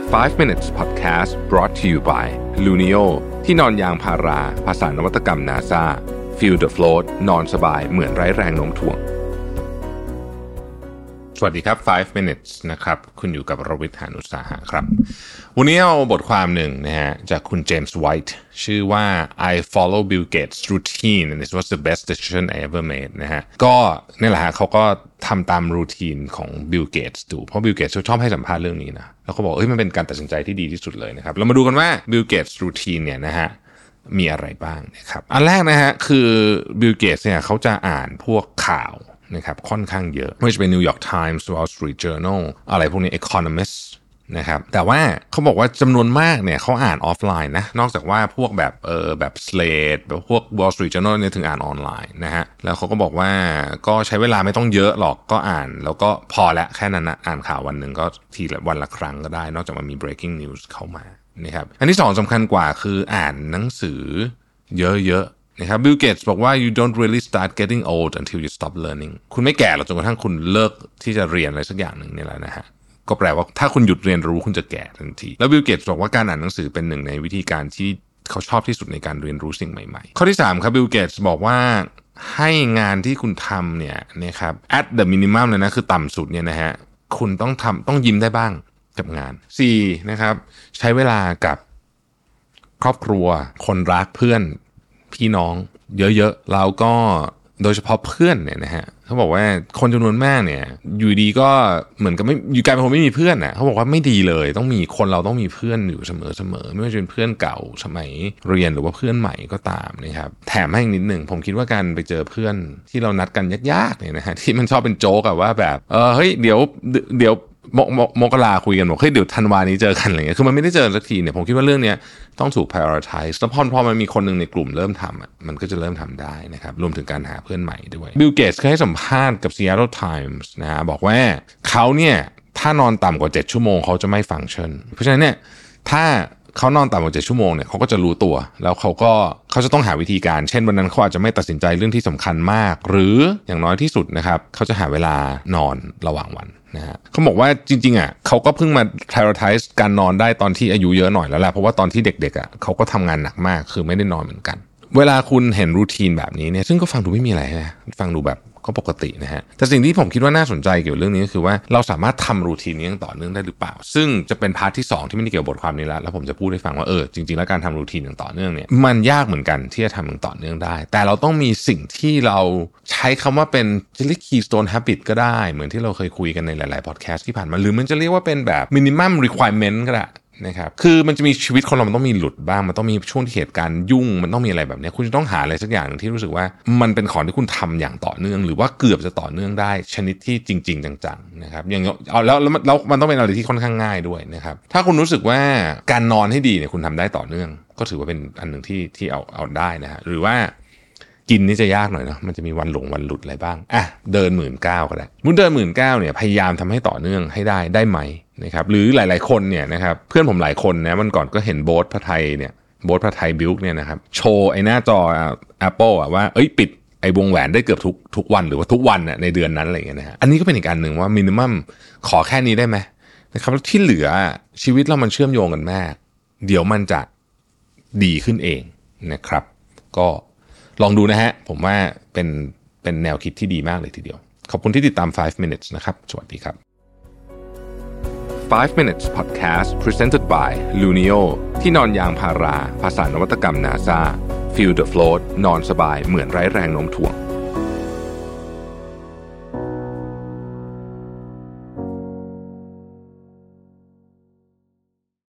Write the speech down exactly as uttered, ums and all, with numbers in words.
five minutes podcast brought to you by Lunio ที่นอนยางพาราภาษานวัตกรรม NASA Feel the float นอนสบายเหมือนไร้แรงโน้มถ่วงสวัสดีครับfive minutes นะครับคุณอยู่กับรวิทย์หาญอุตสาหะครับวันนี้เอาบทความหนึ่งนะฮะจากคุณเจมส์ไวท์ชื่อว่า I follow Bill Gates routine and it was the best decision I ever made นะฮะก็นี่แหละฮะเขาก็ทำตามรูทีนของ Bill Gates ดูเพราะ Bill Gates ชอบให้สัมภาษณ์เรื่องนี้นะแล้วเขาบอกเอ้ยมันเป็นการตัดสินใจที่ดีที่สุดเลยนะครับเรามาดูกันว่า Bill Gates routine เนี่ยนะฮะมีอะไรบ้างนะครับอันแรกนะฮะคือ Bill Gates เนี่ยเขาจะอ่านพวกข่าวนะครับค่อนข้างเยอะไม่ว่าจะเป็น New York Times Wall Street Journal อะไรพวกนี้ Economist นะครับแต่ว่าเขาบอกว่าจำนวนมากเนี่ยเขาอ่านออฟไลน์นะนอกจากว่าพวกแบบเออแบบ Slate แบบพวก Wall Street Journal เนี่ยถึงอ่านออนไลน์นะฮะแล้วเขาก็บอกว่าก็ใช้เวลาไม่ต้องเยอะหรอกก็อ่านแล้วก็พอละแค่นั้นนะอ่านข่าววันหนึ่งก็ทีละวันละครั้งก็ได้นอกจากมันมี breaking news เข้ามานะครับอันที่สองสำคัญกว่าคืออ่านหนังสือเยอะนะครับ Bill Gates บอกว่า you don't really start getting old until you stop learning คุณไม่แก่หรอกจนกระทั่งคุณเลิกที่จะเรียนอะไรสักอย่างหนึ่งนี่แหละนะฮะก็แปลว่าถ้าคุณหยุดเรียนรู้คุณจะแก่ทันทีแล้ว Bill Gates บอกว่าการอ่านหนังสือเป็นหนึ่งในวิธีการที่เขาชอบที่สุดในการเรียนรู้สิ่งใหม่ๆข้อที่สามครับ Bill Gates บอกว่าให้งานที่คุณทำเนี่ยนะครับ at the minimum เลยนะคือต่ำสุดเนี่ยนะฮะคุณต้องทำต้องยิ้มได้บ้างกับงานสี่นะครับใช้เวลากับครอบครัวคนรักเพื่อนพี่น้องเยอะๆแล้วก็โดยเฉพาะเพื่อนเนี่ยนะฮะเขาบอกว่าคนจำนวนมากเนี่ยอยู่ดีก็เหมือนกับไม่อยู่กลายเป็นคนไม่มีเพื่อนน่ะเขาบอกว่าไม่ดีเลยต้องมีคนเราต้องมีเพื่อนอยู่เสมอๆไม่ว่าจะเป็นเพื่อนเก่าสมัยเรียนหรือว่าเพื่อนใหม่ก็ตามนะครับแถมให้อีกนิดหนึ่งผมคิดว่าการไปเจอเพื่อนที่เรานัดกันยากๆเนี่ยนะฮะที่มันชอบเป็นโจ๊กอะว่าแบบเออเฮ้ยเดี๋ยวเดี๋ยวมกมกราคุยกันบอกเฮ้ยเดี๋ยวธันวานี้เจอกันอะไรเงี้ยคือมันไม่ได้เจอสักทีเนี่ยผมคิดว่าเรื่องนี้ต้องถูก prioritize แล้วพอพอมันมีคนหนึ่งในกลุ่มเริ่มทำอ่ะมันก็จะเริ่มทำได้นะครับรวมถึงการหาเพื่อนใหม่ด้วย Bill Gates เคยให้สัมภาษณ์กับ Seattle Times นะฮะบอกว่าเขาเนี่ยถ้านอนต่ำกว่าเจ็ดชั่วโมงเขาจะไม่ฟังก์ชันเพราะฉะนั้นเนี่ยถ้าเขานอนต่ำกว่าเจ็ดชั่วโมงเนี่ยเขาก็จะรู้ตัวแล้วเขาก็เขาจะต้องหาวิธีการเช่นวันนั้นเขาอาจจะไม่ตัดสินใจเรื่องที่สำคัญมากหรืออย่างน้อยที่สุดนะครับเขาจะหาเวลานอนระหว่างวันนะฮะเขาบอกว่าจริงๆอ่ะเขาก็เพิ่งมา prioritize การนอนได้ตอนที่อายุเยอะหน่อยแล้วแหละเพราะว่าตอนที่เด็กๆอ่ะเขาก็ทำงานหนักมากคือไม่ได้นอนเหมือนกันเวลาคุณเห็นรูทีนแบบนี้เนี่ยซึ่งก็ฟังดูไม่มีอะไรนะฟังดูแบบก็ปกตินะฮะแต่สิ่งที่ผมคิดว่าน่าสนใจเกี่ยวกับเรื่องนี้ก็คือว่าเราสามารถทำรูทีนนี้อย่างต่อเนื่องได้หรือเปล่าซึ่งจะเป็นพาร์ทที่สองที่ไม่ได้เกี่ยวกับบทความนี้แล้วแล้วผมจะพูดให้ฟังว่าเออจริงๆแล้วการทำรูทีนอย่างต่อเนื่องเนี่ยมันยากเหมือนกันที่จะทำอย่างต่อเนื่องได้แต่เราต้องมีสิ่งที่เราใช้คำว่าเป็นจะเรียก keystone habit ก็ได้เหมือนที่เราเคยคุยกันในหลายๆพอดแคสต์ที่ผ่านมาหรือมันจะเรียกว่าเป็นแบบ minimum requirement ก็ได้นะครับคือมันจะมีชีวิตคนเรามันต้องมีหลุดบ้างมันต้องมีช่วงที่เหตุการณ์ยุ่งมันต้องมีอะไรแบบนี้คุณจะต้องหาอะไรสักอย่างที่รู้สึกว่ามันเป็นของที่คุณทำอย่างต่อเนื่องหรือว่าเกือบจะต่อเนื่องได้ชนิดที่จริงๆจังๆนะครับอย่างเอาแล้วแล้วมันต้องเป็นอะไรที่ค่อนข้างง่ายด้วยนะครับถ้าคุณรู้สึกว่าการนอนให้ดีเนี่ยคุณทำได้ต่อเนื่องก็ถือว่าเป็นอันหนึ่งที่ที่เอาเอาได้นะฮะหรือว่ากินนี่จะยากหน่อยเนาะมันจะมีวันหลงวันหลุดอะไรบ้างอ่ะเดินหมื่นเก้าก็ได้มุนเดินหมื่นเก้าเนี่ยพยายามทำให้ต่อเนื่องให้ได้ได้ไหมนะครับหรือหลายๆคนเนี่ยนะครับเพื่อนผมหลายคนนะมันก่อนก็เห็นโบ๊ทพระไทยเนี่ยโบ๊ทพระไทยบิลค์เนี่ยนะครับโชว์ไอ้หน้าจอ Apple อ่ะว่าเอ้ยปิดไอ้วงแหวนได้เกือบทุกทุกวันหรือว่าทุกวันน่ะในเดือนนั้นอะไรอย่างเงี้ยนะฮะอันนี้ก็เป็นอีกอันหนึ่งว่ามินิมัมขอแค่นี้ได้ไหมนะครับแล้วที่เหลือชีวิตเรามันเชื่อมโยงกันมากเดี๋ยวมันจะดีขึ้นเองนะครับก็ลองดูนะฮะผมว่าเป็นเป็นแนวคิดที่ดีมากเลยทีเดียวขอบคุณที่ติดตามfive minutes นะครับสวัสดีครับfive minutes podcast presented by Lunio ที่นอนยางพาราภาษานวัตกรรม NASA Feel the float นอนสบายเหมือนไร้แรงโน้มถ่วง